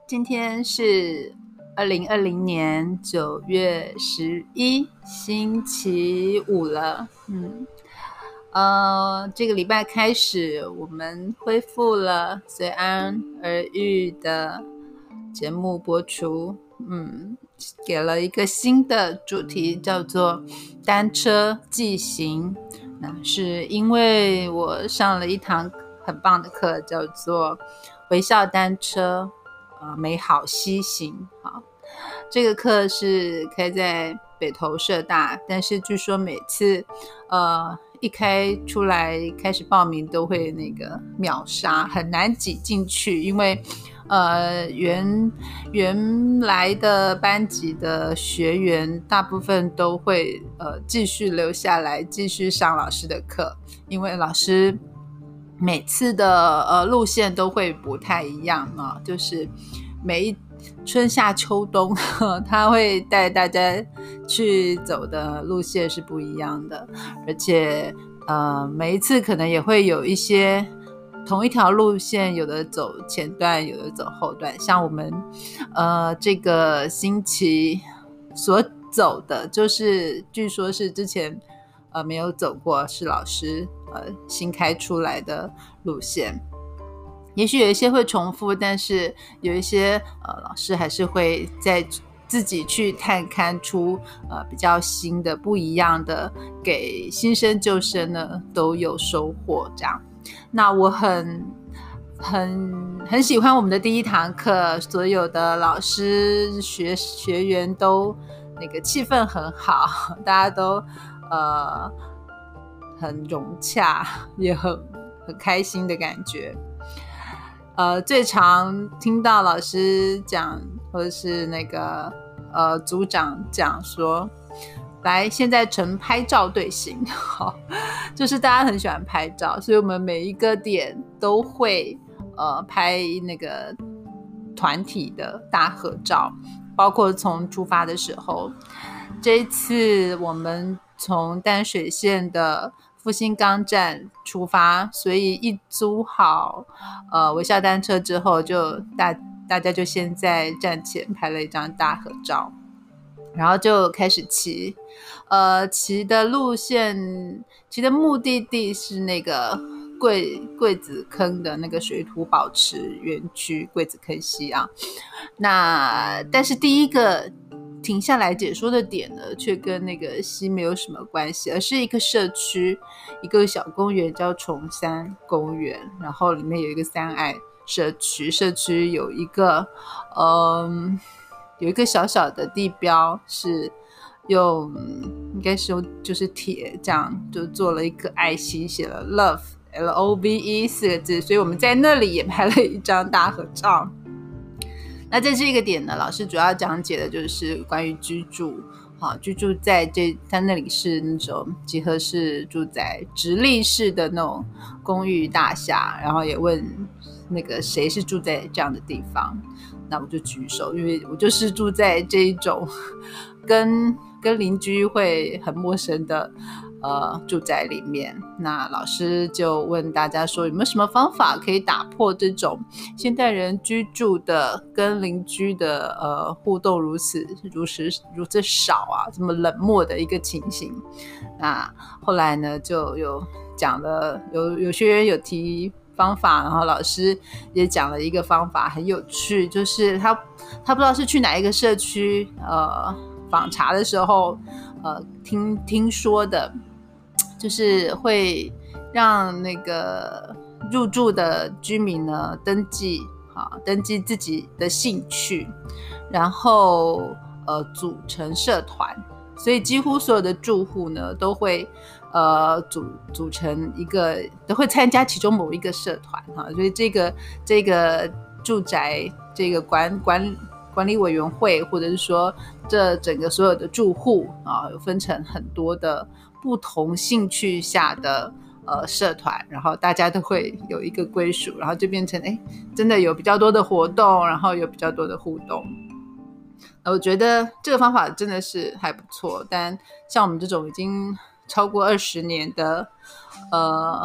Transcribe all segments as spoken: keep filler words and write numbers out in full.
今天是二零二零年九月十一，星期五了。嗯，呃，这个礼拜开始，我们恢复了随安而遇的节目播出。嗯，给了一个新的主题，叫做单车骑行。那是因为我上了一堂很棒的课，叫做微笑单车呃美好西行。好，这个课是开在北投社大，但是据说每次呃一开出来开始报名都会那个秒杀，很难挤进去，因为呃原原来的班级的学员大部分都会呃继续留下来继续上老师的课，因为老师每次的呃路线都会不太一样啊，就是每一春夏秋冬他会带大家去走的路线是不一样的，而且呃每一次可能也会有一些同一条路线，有的走前段，有的走后段。像我们呃这个星期所走的，就是据说是之前呃没有走过，是老师呃新开出来的路线。也许有一些会重复，但是有一些呃老师还是会再自己去探勘出呃比较新的不一样的，给新生旧生呢都有收获这样。那我很很很喜欢我们的第一堂课，所有的老师学学员都那个气氛很好，大家都呃很融洽，也很很开心的感觉。呃，最常听到老师讲，或者是那个呃组长讲说，来，现在成拍照队形，好，就是大家很喜欢拍照，所以我们每一个点都会呃拍那个团体的大合照，包括从出发的时候，这一次我们从淡水线的复兴冈站出发，所以一租好呃微笑单车之后，就大大家就先在站前拍了一张大合照，然后就开始骑。呃，骑的路线，骑的目的地是那个桂桂子坑的那个水土保持园区，桂子坑溪啊。那但是第一个停下来解说的点呢，却跟那个溪没有什么关系，而是一个社区，一个小公园叫崇山公园，然后里面有一个三爱社区，社区有一个嗯，有一个小小的地标是用应该是用就是铁这样就做了一个爱心，写了 love L O V E 四个字，所以我们在那里也拍了一张大合照。那在这个点呢，老师主要讲解的就是关于居住，好，居住在这他那里是那种集合式住宅，直立式的那种公寓大厦，然后也问那个谁是住在这样的地方，那我就举手，因为我就是住在这一种跟跟邻居会很陌生的呃住宅里面。那老师就问大家说，有没有什么方法可以打破这种现代人居住的跟邻居的呃互动如此如此如此少啊，这么冷漠的一个情形。那后来呢，就有讲了，有有学员有提方法，然后老师也讲了一个方法，很有趣，就是他他不知道是去哪一个社区呃访查的时候呃听听说的，就是会让那个入住的居民呢登记好登记自己的兴趣，然后呃组成社团，所以几乎所有的住户呢都会呃组组成一个，都会参加其中某一个社团哈，所以这个这个住宅这个管管管理委员会，或者是说这整个所有的住户啊，有分成很多的不同兴趣下的呃社团，然后大家都会有一个归属，然后就变成哎，真的有比较多的活动，然后有比较多的互动。我觉得这个方法真的是还不错，但像我们这种已经超过二十年的呃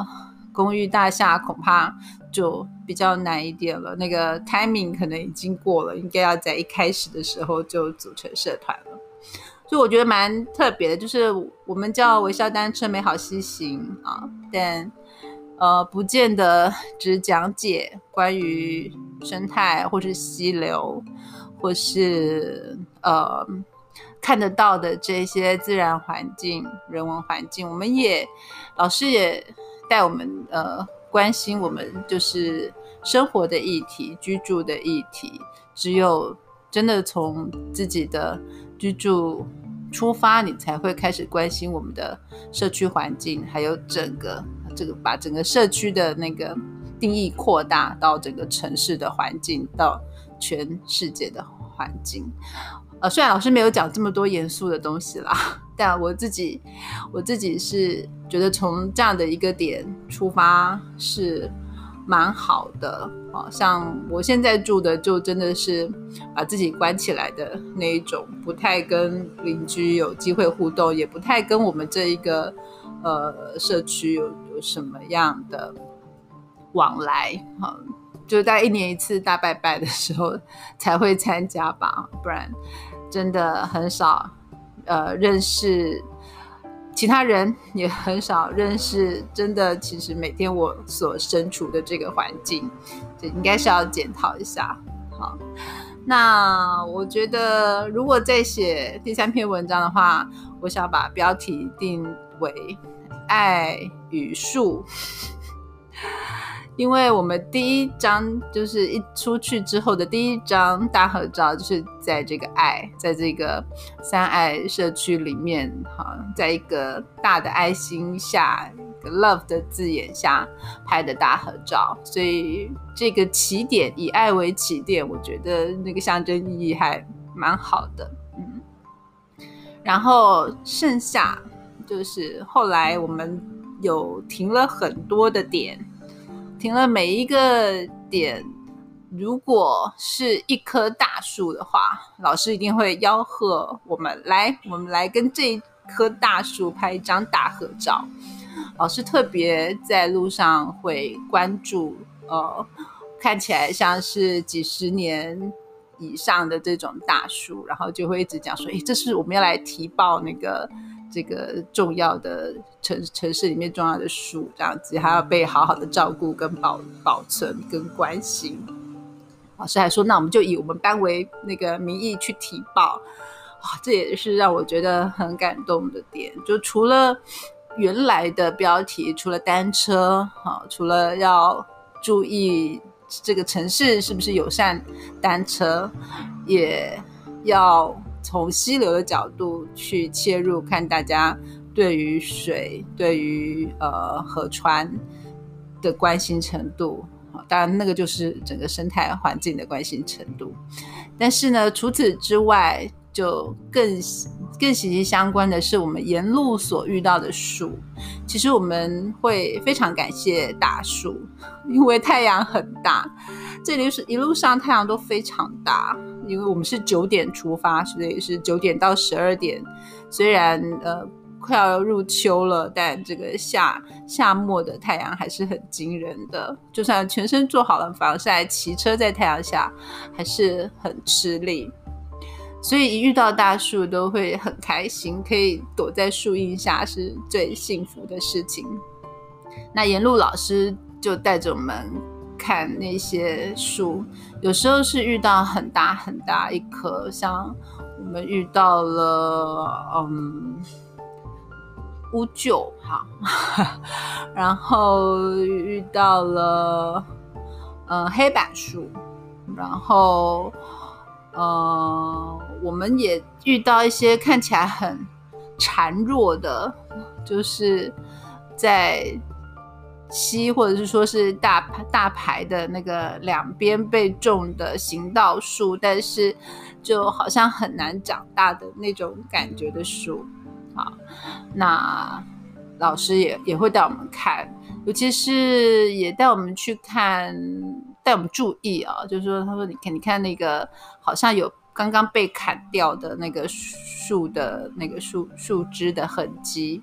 公寓大厦恐怕就比较难一点了，那个 timing 可能已经过了，应该要在一开始的时候就组成社团了。所以我觉得蛮特别的，就是我们叫微笑单车美好西行啊，但呃不见得只讲解关于生态或是溪流或是呃看得到的这些自然环境人文环境，我们也老师也带我们呃关心我们就是生活的议题居住的议题，只有真的从自己的居住出发，你才会开始关心我们的社区环境，还有整个这个把整个社区的那个定义扩大到整个城市的环境，到全世界的环境。呃，虽然老师没有讲这么多严肃的东西啦，但我自己我自己是觉得从这样的一个点出发是蛮好的。哦，像我现在住的就真的是把自己关起来的那一种，不太跟邻居有机会互动，也不太跟我们这一个呃社区有有什么样的往来。好，就大概一年一次大拜拜的时候才会参加吧，不然真的很少呃认识其他人，也很少认识真的其实每天我所身处的这个环境，这应该是要检讨一下。好，那我觉得如果再写第三篇文章的话，我想把标题定为爱与树，因为我们第一张就是一出去之后的第一张大合照，就是在这个爱，在这个三爱社区里面，在一个大的爱心下，一个 love 的字眼下拍的大合照，所以这个起点以爱为起点，我觉得那个象征意义还蛮好的。嗯，然后剩下就是后来我们有停了很多的点，停了每一个点，如果是一棵大树的话，老师一定会吆喝我们来，我们来跟这一棵大树拍一张大合照。老师特别在路上会关注，呃，看起来像是几十年以上的这种大树，然后就会一直讲说，诶，这是我们要来提报那个这个重要的 城, 城市里面重要的树，这样子还要被好好的照顾跟 保, 保存跟关心。老师还说，那我们就以我们班为那个名义去提报。哇，这也是让我觉得很感动的点，就除了原来的标题，除了单车，除了要注意这个城市是不是友善单车，也要从溪流的角度去切入，看大家对于水对于呃河川的关心程度，当然那个就是整个生态环境的关心程度。但是呢，除此之外就更更息息相关的是我们沿路所遇到的树。其实我们会非常感谢大树，因为太阳很大，这里是一路上太阳都非常大，因为我们是九点出发，所以是九点到十二点，虽然呃快要入秋了，但这个夏夏末的太阳还是很惊人的，就算全身做好了防晒，骑车在太阳下还是很吃力。所以一遇到大树都会很开心，可以躲在树荫下是最幸福的事情。那沿路老师就带着我们看那些树，有时候是遇到很大很大一棵，像我们遇到了嗯乌桕，好然后遇到了呃黑板树，然后呃我们也遇到一些看起来很孱弱的，就是在溪或者是说是大大排的那个两边被种的行道树，但是就好像很难长大的那种感觉的树。好，那老师也也会带我们看，尤其是也带我们去看，带我们注意啊，就是说他说你看你看那个好像有刚刚被砍掉的那个树的那个树树枝的痕迹，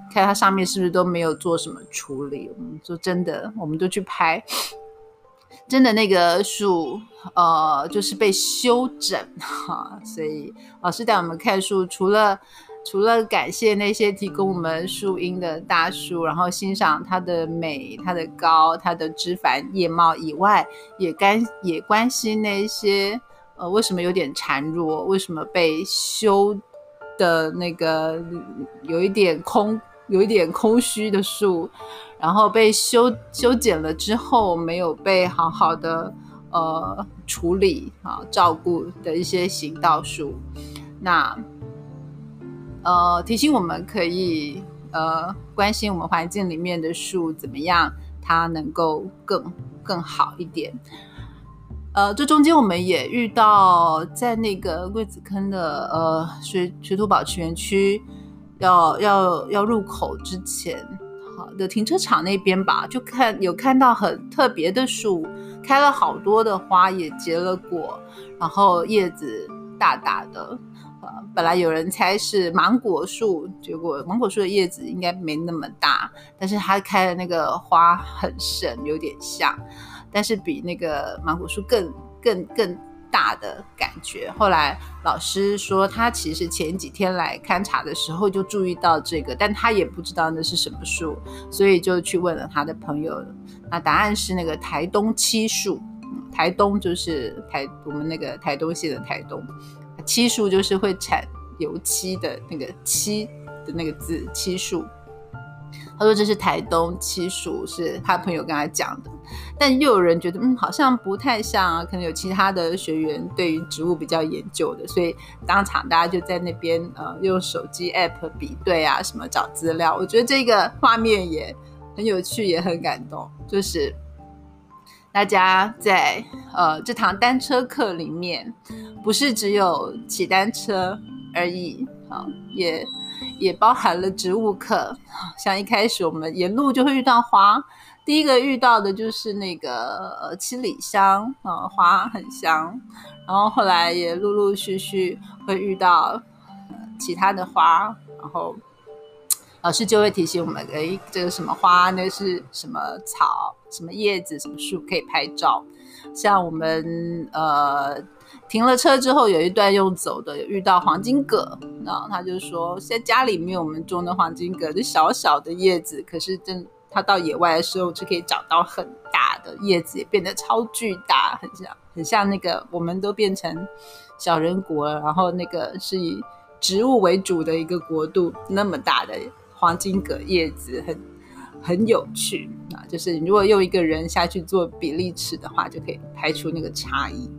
看它上面是不是都没有做什么处理。我们说真的，我们都去拍，真的那个树呃就是被修整哈，所以老师带我们看树，除了除了感谢那些提供我们树荫的大树，然后欣赏它的美、它的高、它的枝繁叶茂以外，也干也关心那些呃为什么有点孱弱，为什么被修的那个有一点空有一点空虚的树，然后被修修剪了之后没有被好好的呃处理啊照顾的一些行道树，那呃提醒我们可以呃关心我们环境里面的树怎么样，它能够更更好一点。呃，这中间我们也遇到在那个桂子坑的呃水水土保持园区要要要入口之前好的停车场那边吧，就看有看到很特别的树，开了好多的花，也结了果，然后叶子大大的。呃，本来有人猜是芒果树，结果芒果树的叶子应该没那么大，但是它开的那个花很盛，有点像。但是比那个芒果树更更更大的感觉。后来老师说他其实前几天来勘察的时候就注意到这个，但他也不知道那是什么树，所以就去问了他的朋友。那答案是那个台东漆树，台东就是台我们那个台东县的台东，漆树就是会产油漆的那个漆的那个字，漆树。他说这是台东漆树，是他朋友跟他讲的，但又有人觉得嗯好像不太像啊，可能有其他的学员对于植物比较研究的，所以当场大家就在那边呃用手机 app 比对啊，什么找资料。我觉得这个画面也很有趣，也很感动，就是大家在呃这堂单车课里面，不是只有骑单车而已，好也。也包含了植物课，像一开始我们沿路就会遇到花，第一个遇到的就是那个呃七里香、呃、花很香，然后后来也陆陆续续会遇到、呃、其他的花，然后老师就会提醒我们，诶，这个什么花，那是什么草，什么叶子，什么树可以拍照。像我们呃停了车之后有一段用走的，有遇到黄金葛，然后他就说在家里面我们种的黄金葛就小小的叶子，可是真他到野外的时候就可以长到很大的叶子，也变得超巨大，很像很像那个我们都变成小人国了，然后那个是以植物为主的一个国度，那么大的黄金葛叶子很很有趣啊！就是如果用一个人下去做比例尺的话，就可以拍出那个差异。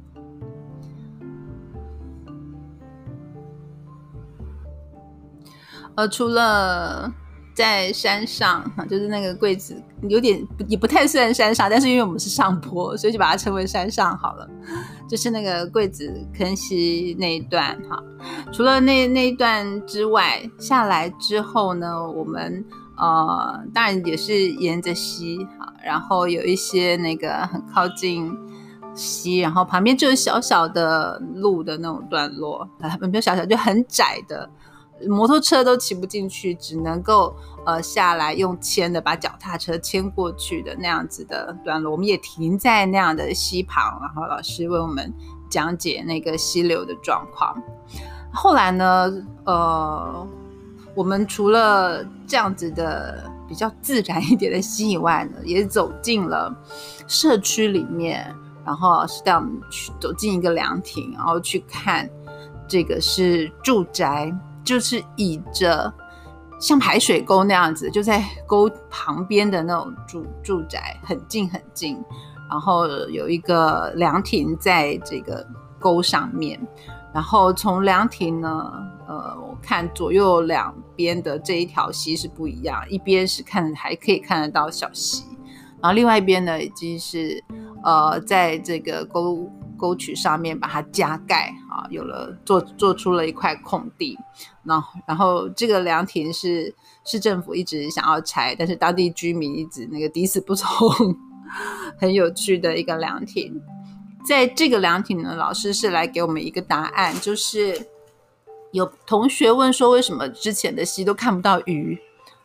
呃，除了在山上，就是那个柜子有点也不太算山上，但是因为我们是上坡，所以就把它称为山上好了。就是那个柜子坑溪那一段哈，除了那那一段之外，下来之后呢，我们呃当然也是沿着溪哈，然后有一些那个很靠近溪，然后旁边就是小小的路的那种段落，没有小小就很窄的。摩托车都骑不进去，只能够呃下来用牵的把脚踏车牵过去的那样子的段落，我们也停在那样的溪旁，然后老师为我们讲解那个溪流的状况。后来呢，呃，我们除了这样子的比较自然一点的溪以外呢，也走进了社区里面，然后老师带我们去走进一个凉亭，然后去看这个是住宅。就是倚着像排水沟那样子，就在沟旁边的那种 住, 住宅很近很近，然后有一个凉亭在这个沟上面，然后从凉亭呢呃，我看左右两边的这一条溪是不一样，一边是看还可以看得到小溪，然后另外一边呢已经是呃在这个沟沟渠上面把它加盖啊，有了做做出了一块空地，然后然后这个凉亭是市政府一直想要拆，但是当地居民一直那个抵死不从，很有趣的一个凉亭。在这个凉亭呢，老师是来给我们一个答案，就是有同学问说为什么之前的溪都看不到鱼，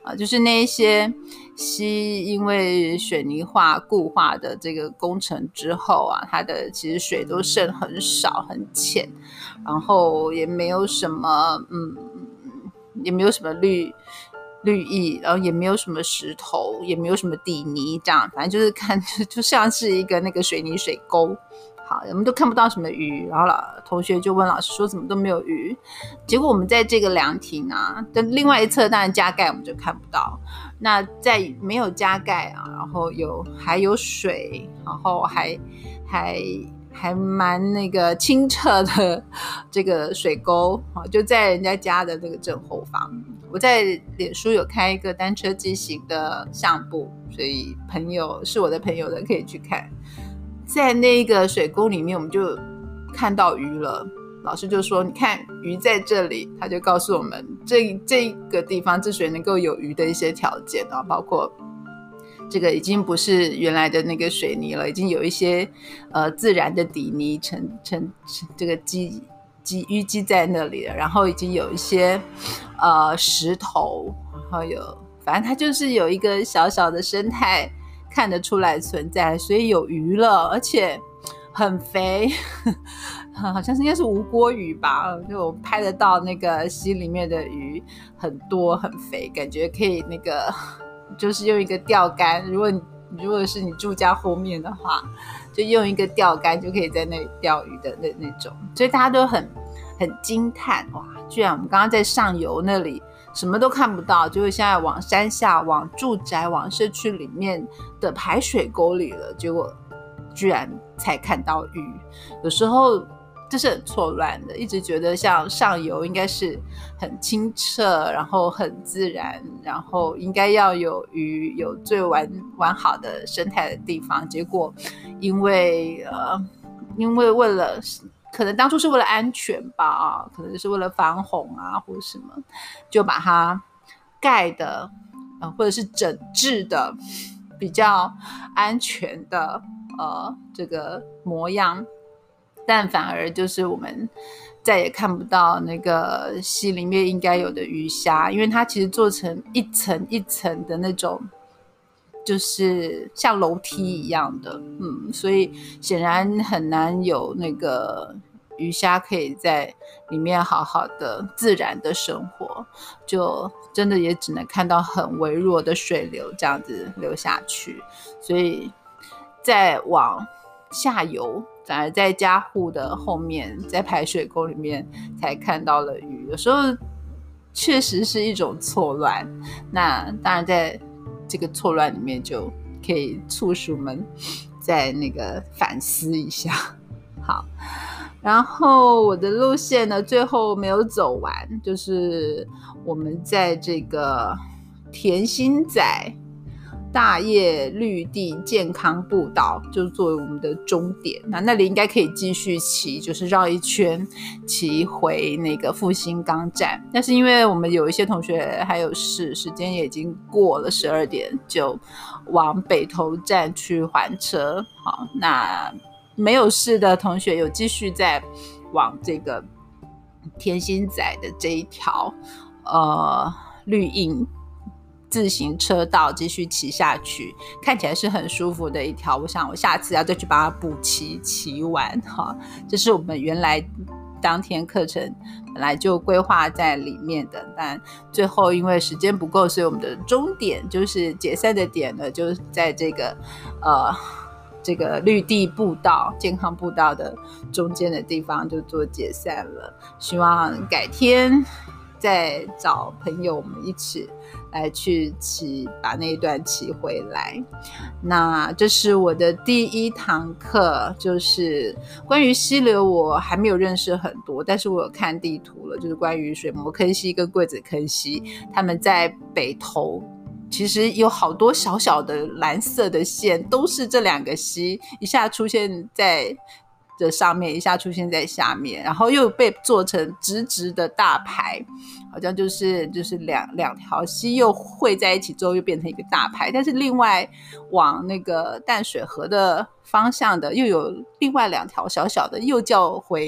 啊，就是那一些溪因为水泥化固化的这个工程之后啊，它的其实水都渗很少很浅，然后也没有什么嗯也没有什么绿绿意，然后也没有什么石头，也没有什么底泥，这样反正就是看就就像是一个那个水泥水沟。好，我们都看不到什么鱼，然后老同学就问老师说怎么都没有鱼，结果我们在这个凉亭啊的另外一侧当然加盖我们就看不到，那在没有加盖啊，然后有还有水，然后还还还蛮那个清澈的这个水沟，就在人家家的这个正后方。我在脸书有开一个单车骑行的相簿，所以朋友是我的朋友的可以去看。在那个水沟里面我们就看到鱼了，老师就说你看鱼在这里，他就告诉我们这这个地方之所以能够有鱼的一些条件啊，包括这个已经不是原来的那个水泥了，已经有一些呃自然的底泥成成这个积积淤积在那里了，然后已经有一些呃石头，然后有反正它就是有一个小小的生态看得出来存在，所以有鱼了，而且很肥好像是应该是无锅鱼吧，就我拍得到那个溪里面的鱼很多很肥，感觉可以那个就是用一个钓竿，如果你如果是你住家后面的话，就用一个钓竿就可以在那里钓鱼的 那, 那种，所以大家都很很惊叹，哇，居然我们刚刚在上游那里什么都看不到，就是现在往山下往住宅往社区里面的排水沟里了，结果居然才看到鱼。有时候这是很错乱的，一直觉得像上游应该是很清澈，然后很自然，然后应该要有鱼，有最完完好的生态的地方，结果因为呃，因为为了可能当初是为了安全吧，啊，可能是为了防洪啊或者什么，就把它盖的，呃、或者是整治的比较安全的呃这个模样，但反而就是我们再也看不到那个溪里面应该有的鱼虾，因为它其实做成一层一层的那种，就是像楼梯一样的，嗯，所以显然很难有那个鱼虾可以在里面好好的自然的生活，就真的也只能看到很微弱的水流这样子流下去，所以再往下游反而在家户的后面，在排水沟里面才看到了鱼，有时候确实是一种错乱，那当然在这个错乱里面就可以促使我们再那个反思一下。好，然后我的路线呢最后没有走完，就是我们在这个田心仔大叶绿地健康步道就作为我们的终点，那那里应该可以继续骑，就是绕一圈骑回那个复兴岗站，但是因为我们有一些同学还有事，时间也已经过了十二点，就往北投站去还车。好，那没有事的同学有继续在往这个田心仔的这一条呃绿荫自行车道继续骑下去，看起来是很舒服的一条，我想我下次要再去把它补骑骑完哈。这是我们原来当天课程本来就规划在里面的，但最后因为时间不够，所以我们的终点就是解散的点呢，就是在这个呃这个绿地步道健康步道的中间的地方就做解散了，希望改天再找朋友我们一起来去骑，把那一段骑回来。那这是我的第一堂课，就是关于溪流我还没有认识很多，但是我有看地图了，就是关于水磨坑溪跟桂子坑溪，他们在北投其实有好多小小的蓝色的线，都是这两个溪一下出现在的上面，一下出现在下面，然后又被做成直直的大排，好像就是就是两两条溪又汇在一起之后又变成一个大排，但是另外往那个淡水河的方向的又有另外两条小小的又叫回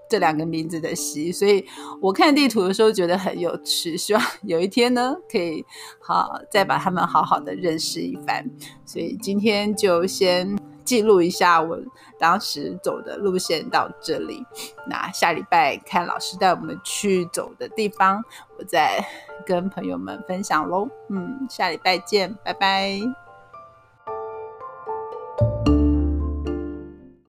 这两个名字的溪，所以我看地图的时候觉得很有趣，希望有一天呢可以好再把他们好好的认识一番。所以今天就先记录一下我当时走的路线到这里，那下礼拜看老师带我们去走的地方，我再跟朋友们分享咯。嗯，下礼拜见，拜拜。